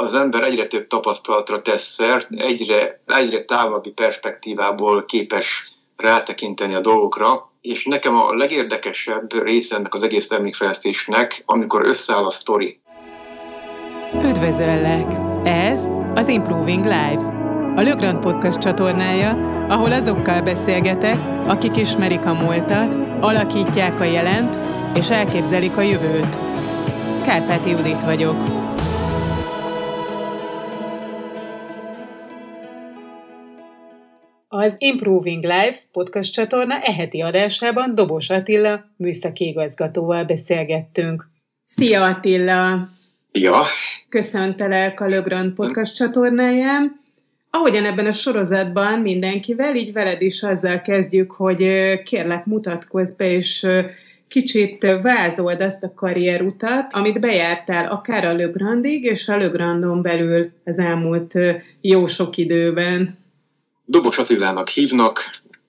az ember egyre több tapasztalatra tesz szert, egyre távolabbi perspektívából képes rátekinteni a dolgokra, és nekem a legérdekesebb része ennek az egész termékfejlesztésnek, amikor összeáll a sztori. Üdvözöllek! Ez az Improving Lives, a Le Grand Podcast csatornája, ahol azokkal beszélgetek, akik ismerik a múltat, alakítják a jelent, és elképzelik a jövőt. Kárpáti Judit vagyok. Az Improving Lives podcast csatorna heti adásában Dobos Attila műszaki igazgatóval beszélgettünk. Szia Attila! Ja. Köszöntelek a Le Grand podcast csatornáján. Ahogyan ebben a sorozatban mindenkivel, így veled is azzal kezdjük, hogy kérlek mutatkozz be, és kicsit vázold azt a karrierutat, amit bejártál akár a Le Grandig, és a Le Grandon belül az elmúlt jó sok időben. Dobos Attilának hívnak,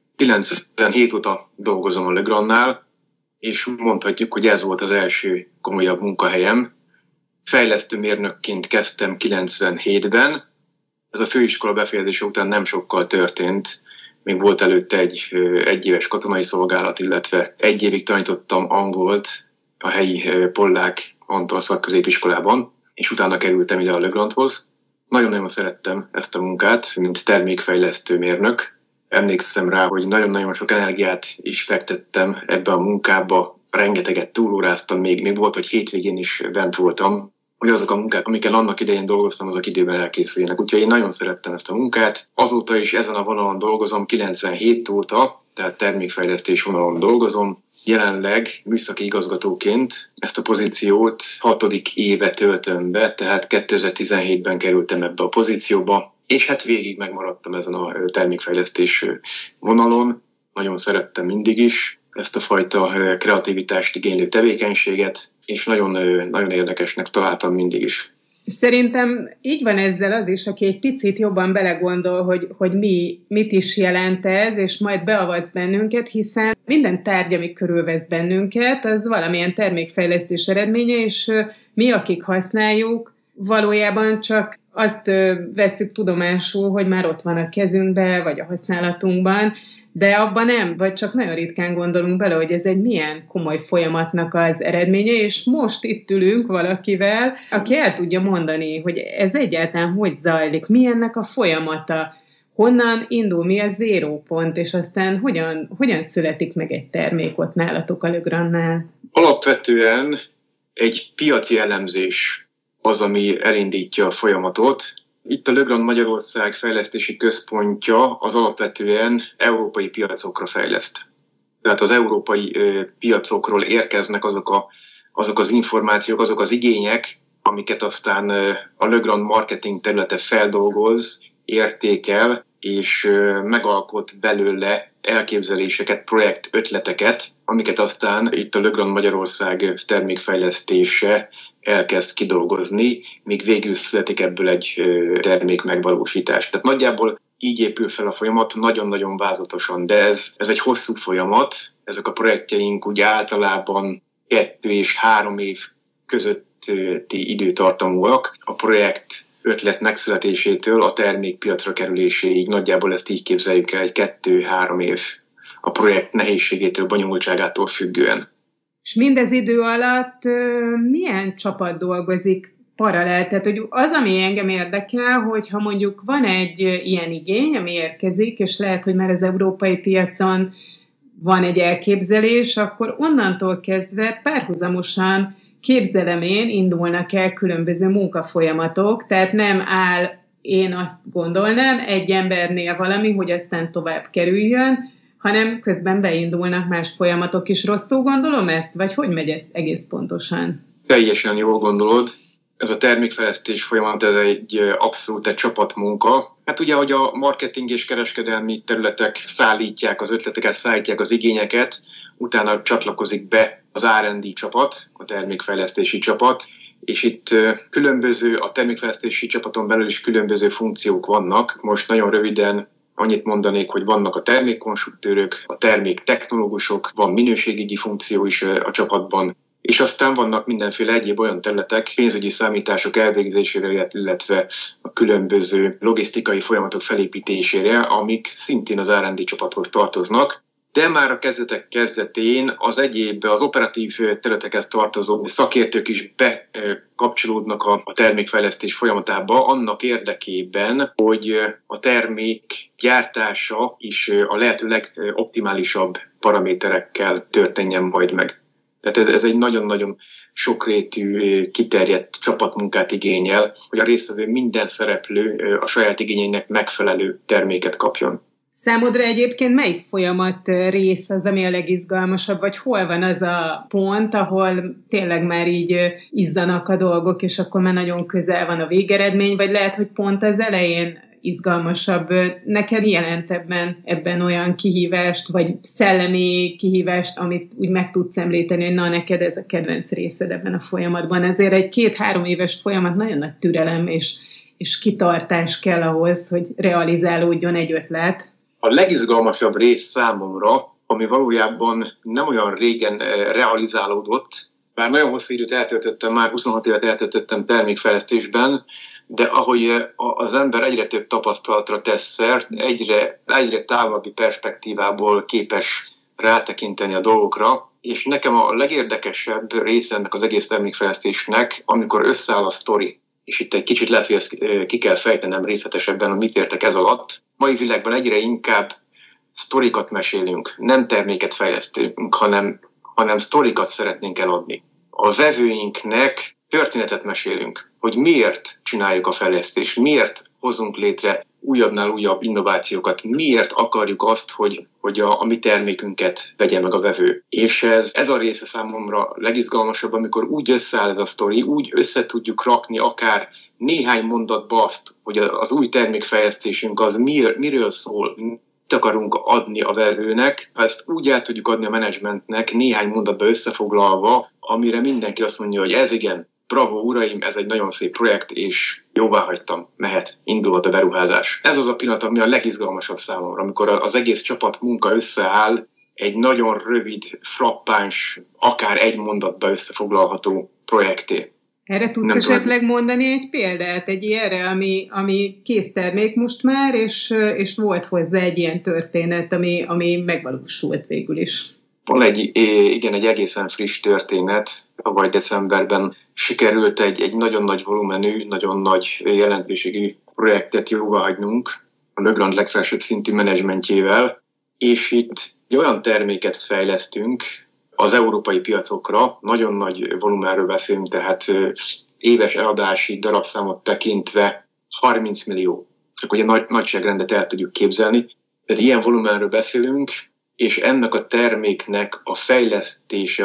97 óta dolgozom a Le Grandnál, és mondhatjuk, hogy ez volt az első komolyabb munkahelyem. Fejlesztő mérnökként kezdtem 97-ben, ez a főiskola befejezése után nem sokkal történt. Még volt előtte egy éves katonai szolgálat, illetve egy évig tanítottam angolt a helyi Pollák Antal szakközépiskolában, és utána kerültem ide a Le Grandhoz. Nagyon-nagyon szerettem ezt a munkát, mint termékfejlesztő mérnök. Emlékszem rá, hogy nagyon-nagyon sok energiát is fektettem ebbe a munkába, rengeteget túlóráztam, még volt, hogy hétvégén is bent voltam, hogy azok a munkák, amikkel annak idején dolgoztam, azok időben elkészüljenek. Úgyhogy én nagyon szerettem ezt a munkát. Azóta is ezen a vonalon dolgozom, 97 óta, tehát termékfejlesztés vonalon dolgozom. Jelenleg műszaki igazgatóként ezt a pozíciót 6. éve töltöm be, tehát 2017-ben kerültem ebbe a pozícióba, és hát végig megmaradtam ezen a termékfejlesztés vonalon. Nagyon szerettem mindig is ezt a fajta kreativitást igénylő tevékenységet, és nagyon érdekesnek találtam mindig is. Szerintem így van ezzel az is, aki egy picit jobban belegondol, hogy mit is jelent ez, és majd beavatsz bennünket, hiszen minden tárgy, ami körülvesz bennünket, az valamilyen termékfejlesztés eredménye, és mi, akik használjuk, valójában csak azt vesszük tudomásul, hogy már ott van a kezünkben, vagy a használatunkban, de abban nem, vagy csak nagyon ritkán gondolunk bele, hogy ez egy milyen komoly folyamatnak az eredménye, és most itt ülünk valakivel, aki el tudja mondani, hogy ez egyáltalán hogy zajlik, mi ennek a folyamata, honnan indul, mi a zéró pont, és aztán hogyan születik meg egy termék ott nálatok a Le Grandnál? Alapvetően egy piaci elemzés az, ami elindítja a folyamatot. Itt a Le Grand Magyarország fejlesztési központja az alapvetően európai piacokra fejleszt. Tehát az európai piacokról érkeznek azok az információk, azok az igények, amiket aztán a Le Grand marketing területe feldolgoz, értékel, és megalkot belőle elképzeléseket, projekt ötleteket, amiket aztán itt a Le Grand Magyarország termékfejlesztése elkezd kidolgozni, míg végül születik ebből egy termék megvalósítás. Tehát nagyjából így épül fel a folyamat, nagyon-nagyon vázlatosan, de ez egy hosszú folyamat. Ezek a projektjeink úgy általában 2 és 3 év közötti időtartamúak. A projekt ötlet megszületésétől a termék piacra kerüléséig nagyjából ezt így képzeljük el, egy 2-3 év a projekt nehézségétől, bonyolultságától függően. És mindez idő alatt milyen csapat dolgozik paralel? Tehát, hogy az, ami engem érdekel, hogyha mondjuk van egy ilyen igény, ami érkezik, és lehet, hogy már az európai piacon van egy elképzelés, akkor onnantól kezdve párhuzamosan képzelem én, indulnak el különböző munkafolyamatok, tehát nem áll, én azt gondolnám, egy embernél valami, hogy aztán tovább kerüljön, hanem közben beindulnak más folyamatok is. Rosszul gondolom ezt? Vagy hogy megy ez egész pontosan? Teljesen jól gondolod. Ez a termékfejlesztés folyamat, ez egy abszolút csapatmunka. Hát ugye, hogy a marketing és kereskedelmi területek szállítják az ötleteket, szállítják az igényeket, utána csatlakozik be az R&D csapat, a termékfejlesztési csapat, és itt a termékfejlesztési csapaton belül is különböző funkciók vannak. Most nagyon röviden annyit mondanék, hogy vannak a termékkonstruktőrök, a terméktechnológusok, van minőségügyi funkció is a csapatban, És aztán vannak mindenféle egyéb olyan területek, pénzügyi számítások elvégzésére, illetve a különböző logisztikai folyamatok felépítésére, amik szintén az R&D csapathoz tartoznak. De már a kezdetek kezdetén az operatív területekhez tartozó szakértők is bekapcsolódnak a termékfejlesztés folyamatába annak érdekében, hogy a termék gyártása is a lehető legoptimálisabb paraméterekkel történjen majd meg. Tehát ez egy nagyon-nagyon sokrétű, kiterjedt csapatmunkát igényel, hogy a résztvevő minden szereplő a saját igényeinek megfelelő terméket kapjon. Számodra egyébként melyik folyamat rész az, ami a legizgalmasabb, vagy hol van az a pont, ahol tényleg már így izzanak a dolgok, és akkor már nagyon közel van a végeredmény, vagy lehet, hogy pont az elején izgalmasabb. Neked jelent ebben olyan kihívást, vagy szellemi kihívást, amit úgy meg tudsz említeni, hogy na, neked ez a kedvenc részed ebben a folyamatban. Ezért egy 2-3 éves folyamat nagyon nagy türelem és kitartás kell ahhoz, hogy realizálódjon egy ötlet. A legizgalmasabb rész számomra, ami valójában nem olyan régen realizálódott, bár nagyon hosszú időt eltöltöttem, már 26 évet eltöltöttem termékfejlesztésben, de ahogy az ember egyre több tapasztalatra tesz szert, egyre távolabbi perspektívából képes rátekinteni a dolgokra, és nekem a legérdekesebb része ennek az egész termékfejlesztésnek, amikor összeáll a sztori. És itt egy kicsit lehet, hogy ezt ki kell fejtenem részletesebben, hogy mit értek ez alatt. Mai világban egyre inkább sztorikat mesélünk, nem terméket fejlesztünk, hanem sztorikat szeretnénk eladni. A vevőinknek történetet mesélünk, hogy miért csináljuk a fejlesztést, miért hozunk létre újabbnál újabb innovációkat, miért akarjuk azt, hogy a mi termékünket vegye meg a vevő. És ez a része számomra legizgalmasabb, amikor úgy összeáll ez a sztori, úgy össze tudjuk rakni akár néhány mondatba azt, hogy az új termékfejlesztésünk az miről szól, mit akarunk adni a vevőnek, ha ezt úgy el tudjuk adni a menedzsmentnek néhány mondatba összefoglalva, amire mindenki azt mondja, hogy ez igen, bravo uraim, ez egy nagyon szép projekt, és jóvá hagytam, indulhat a beruházás. Ez az a pillanat, ami a legizgalmasabb számomra, amikor az egész csapat munka összeáll egy nagyon rövid, frappáns, akár egy mondatba összefoglalható projekté. Erre tudsz esetleg mondani egy példát, egy ilyenre, ami késztermék most már, és volt hozzá egy ilyen történet, ami megvalósult végül is. Van egy egészen friss történet. Tavaly decemberben sikerült egy nagyon nagy volumenű, nagyon nagy jelentőségű projektet jóváhagynunk a Le Grand legfelsőbb szintű menedzsmentjével, és itt egy olyan terméket fejlesztünk az európai piacokra, nagyon nagy volumenről beszélünk, tehát éves eladási darabszámot tekintve 30 millió. Csak ugye nagyságrendet el tudjuk képzelni. Tehát ilyen volumenről beszélünk, és ennek a terméknek a fejlesztése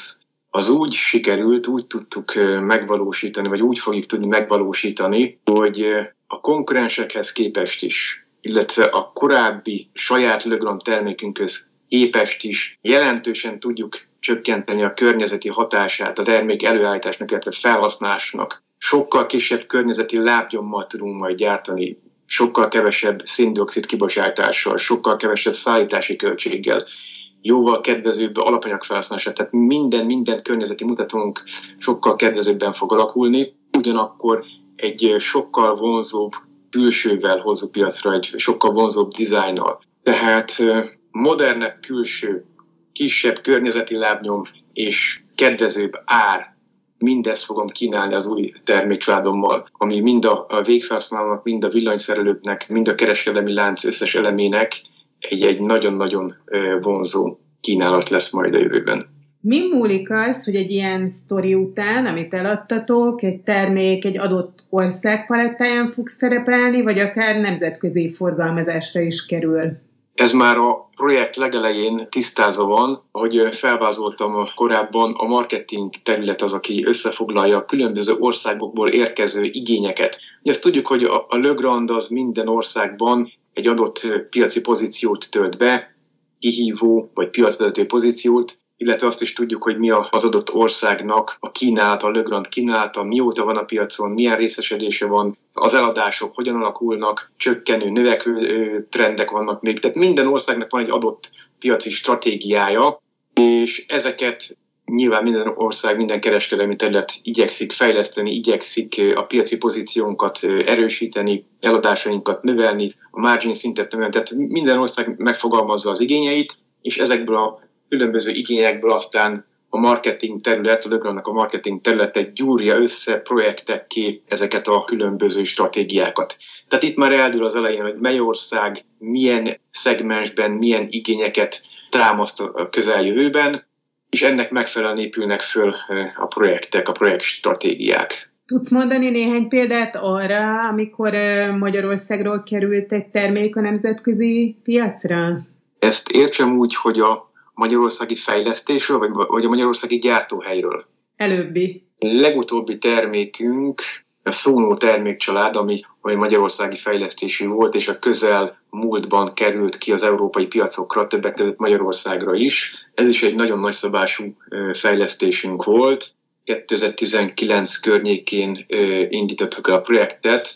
az úgy sikerült, úgy tudtuk megvalósítani, vagy úgy fogjuk tudni megvalósítani, hogy a konkurensekhez képest is, illetve a korábbi saját Le Grand termékünkhöz képest is jelentősen tudjuk csökkenteni a környezeti hatását a termék előállításnak, illetve felhasználásnak. Sokkal kisebb környezeti lábnyommal tudunk majd gyártani, sokkal kevesebb szén-dioxid kibocsátással, sokkal kevesebb szállítási költséggel, jóval kedvezőbb alapanyagfelhasználását, tehát minden környezeti mutatónk sokkal kedvezőbben fog alakulni, ugyanakkor egy sokkal vonzóbb külsővel hozzuk piacra, egy sokkal vonzóbb dizájnnal. Tehát modernebb külső, kisebb környezeti lábnyom és kedvezőbb ár, mindezt fogom kínálni az új termékcsaládommal, ami mind a végfelhasználónak, mind a villanyszerelőknek, mind a kereskedelmi lánc összes elemének egy nagyon-nagyon vonzó kínálat lesz majd a jövőben. Mi múlik az, hogy egy ilyen sztori után, amit eladtatok, egy termék egy adott ország palettáján fog szerepelni, vagy akár nemzetközi forgalmazásra is kerül? Ez már a projekt legelején tisztázva van, ahogy felvázoltam korábban, a marketing terület az, aki összefoglalja a különböző országokból érkező igényeket. Ugye azt tudjuk, hogy a Le Grand az minden országban egy adott piaci pozíciót tölt be, kihívó vagy piacvezető pozíciót, illetve azt is tudjuk, hogy mi az adott országnak a kínálata, a Le Grand kínálata, mióta van a piacon, milyen részesedése van, az eladások hogyan alakulnak, csökkenő, növekvő trendek vannak még. Tehát minden országnak van egy adott piaci stratégiája, és ezeket Nyilván minden ország, minden kereskedelmi terület igyekszik fejleszteni, igyekszik a piaci pozíciónkat erősíteni, eladásainkat növelni, a margin szintet növelni, tehát minden ország megfogalmazza az igényeit, és ezekből a különböző igényekből aztán a marketing terület, a Le Grandnak a marketing területe gyúrja össze projektekké ezeket a különböző stratégiákat. Tehát itt már eldől az elején, hogy mely ország milyen szegmensben, milyen igényeket támaszt a közeljövőben, és ennek megfelelően épülnek föl a projektek, a projektstratégiák. Tudsz mondani néhány példát arra, amikor Magyarországról került egy termék a nemzetközi piacra? Ezt értsem úgy, hogy a magyarországi fejlesztésről, vagy a magyarországi gyártóhelyről? Előbbi. Legutóbbi termékünk a Sono termékcsalád, ami magyarországi fejlesztésű volt, és a közel múltban került ki az európai piacokra, többek között Magyarországra is. Ez is egy nagyon nagyszabású fejlesztésünk volt. 2019 környékén indítottuk el a projektet,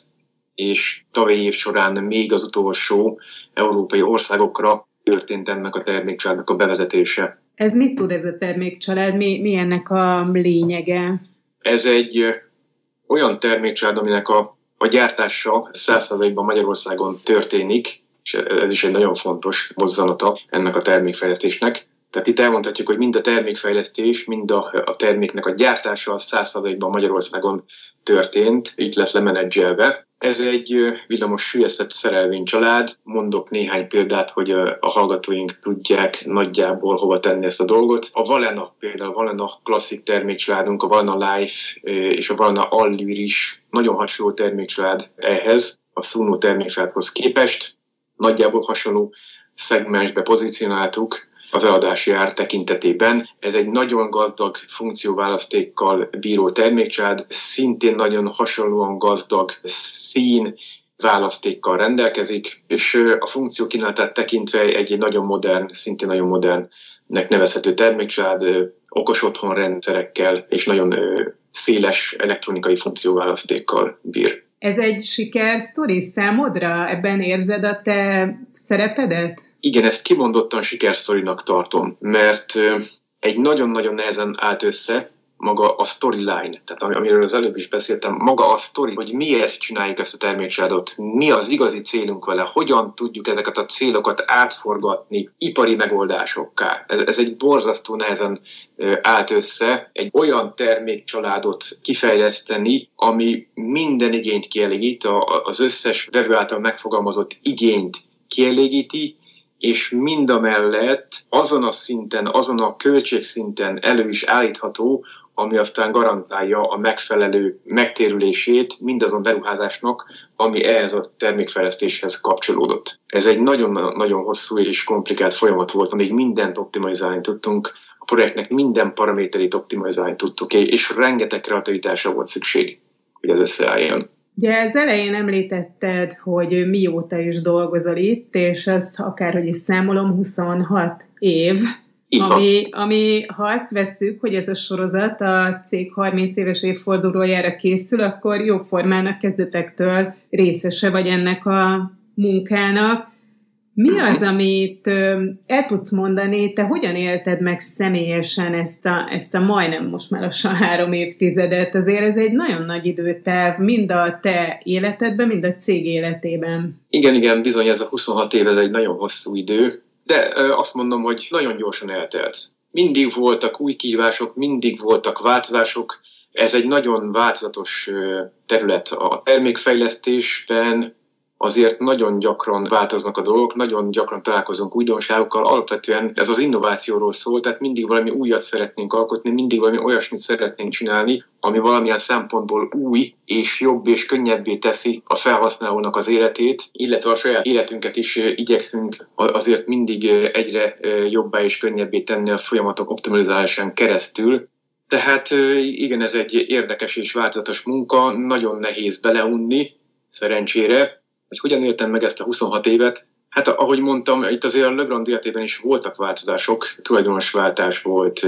és tavalyi év során még az utolsó európai országokra történt ennek a termékcsaládnak a bevezetése. Ez mit tud ez a termékcsalád? Mi ennek a lényege? Ez egy olyan termékcsalád, aminek a gyártása 100%-ban Magyarországon történik, és ez is egy nagyon fontos mozzanata ennek a termékfejlesztésnek. Tehát itt elmondhatjuk, hogy mind a termékfejlesztés, mind a terméknek a gyártása 100%-ban Magyarországon történt, így lett lemenedzselve. Ez egy villamos süllyesztett szerelvénycsalád. Mondok néhány példát, hogy a hallgatóink tudják nagyjából hova tenni ezt a dolgot. A Valena például, a Valena klasszik termékcsaládunk, a Valena Life és a Valena Allure is nagyon hasonló termékcsalád ehhez, a Sono termékcsaládhoz képest. Nagyjából hasonló szegmensbe pozícionáltuk az eladási ár tekintetében. Ez egy nagyon gazdag funkcióválasztékkal bíró termékcsalád, szintén nagyon hasonlóan gazdag szín választékkal rendelkezik, és a funkció kínálatát tekintve egy nagyon modern, szintén nagyon modernnek nevezhető termékcsalád, okos otthonrendszerekkel és nagyon széles elektronikai funkcióválasztékkal bír. Ez egy sikersztori számodra? Ebben érzed a te szerepedet? Igen, ezt kimondottan sikersztorinak tartom, mert egy nagyon-nagyon nehezen állt össze maga a storyline, tehát amiről az előbb is beszéltem, maga a sztori, hogy miért csináljuk ezt a termékcsaládot, mi az igazi célunk vele, hogyan tudjuk ezeket a célokat átforgatni ipari megoldásokká. Ez egy borzasztó nehezen állt össze, egy olyan termékcsaládot kifejleszteni, ami minden igényt kielégít, az összes vevő által megfogalmazott igényt kielégíti, és mindamellett azon a szinten, azon a költségszinten elő is állítható, ami aztán garantálja a megfelelő megtérülését mindazon beruházásnak, ami ehhez a termékfejlesztéshez kapcsolódott. Ez egy nagyon-nagyon hosszú és komplikált folyamat volt, amíg mindent optimalizálni tudtunk, a projektnek minden paraméterét optimalizálni tudtuk, és rengeteg kreativitásra volt szükség, hogy ez összeálljon. Ugye az elején említetted, hogy mióta is dolgozol itt, és ez akárhogy is számolom, 26 év, ami ha azt vesszük, hogy ez a sorozat a cég 30 éves évfordulójára készül, akkor jóformán a kezdetektől részese vagy ennek a munkának. Mi az, amit el tudsz mondani, te hogyan élted meg személyesen ezt a majdnem most már lassan 3 évtizedet? Azért ez egy nagyon nagy időtáv, mind a te életedben, mind a cég életében. Igen, bizony ez a 26 év, ez egy nagyon hosszú idő, de azt mondom, hogy nagyon gyorsan eltelt. Mindig voltak új kihívások, mindig voltak változások, ez egy nagyon változatos terület a termékfejlesztésben. Azért nagyon gyakran változnak a dolgok, nagyon gyakran találkozunk újdonságokkal. Alapvetően ez az innovációról szól, tehát mindig valami újat szeretnénk alkotni, mindig valami olyasmit szeretnénk csinálni, ami valamilyen szempontból új és jobb és könnyebbé teszi a felhasználónak az életét, illetve a saját életünket is igyekszünk azért mindig egyre jobbá és könnyebbé tenni a folyamatok optimalizálásán keresztül. Tehát igen, ez egy érdekes és változatos munka, nagyon nehéz beleunni, szerencsére. Hogy hogyan éltem meg ezt a 26 évet? Hát ahogy mondtam, itt azért a Le Grand életében is voltak változások, tulajdonosváltás volt,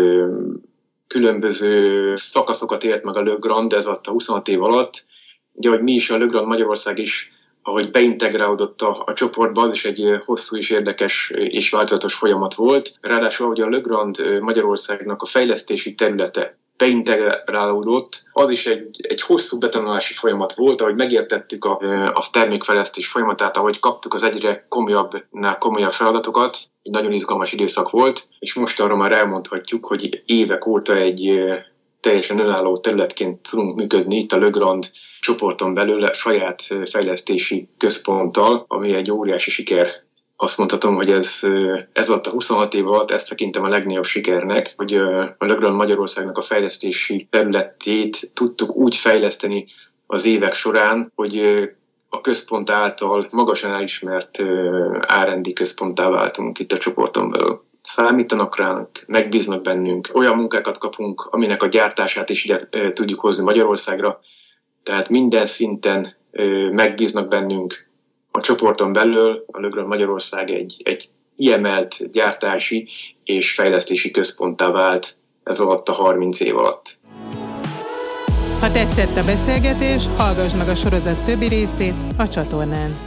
különböző szakaszokat élt meg a Le Grand ez alatt a 26 év alatt. Ugye, hogy mi is a Le Grand Magyarország is ahogy beintegrálódott a csoportba, az is egy hosszú és érdekes és változatos folyamat volt. Ráadásul, ahogy a Le Grand Magyarországnak a fejlesztési területe beintegrálódott, az is egy hosszú betanulási folyamat volt, ahogy megértettük a termékfejlesztés folyamatát, ahogy kaptuk az egyre komolyabb feladatokat. Egy nagyon izgalmas időszak volt, és mostanra már elmondhatjuk, hogy évek óta egy teljesen önálló területként tudunk működni itt a Le Grand csoporton belül a saját fejlesztési központtal, ami egy óriási siker. Azt mondhatom, hogy ez alatt a 26 év alatt ezt tekintem a legnagyobb sikernek, hogy a Le Grand Magyarországnak a fejlesztési területét tudtuk úgy fejleszteni az évek során, hogy a központ által magasan elismert R&D központtá váltunk itt a csoporton belül. Számítanak ránk, megbíznak bennünk, olyan munkákat kapunk, aminek a gyártását is ide tudjuk hozni Magyarországra, tehát minden szinten megbíznak bennünk. A csoporton belül a Le Grand Magyarország egy kiemelt gyártási és fejlesztési központtá vált ez alatt a 30 év alatt. Ha tetszett a beszélgetés, hallgass meg a sorozat többi részét a csatornán.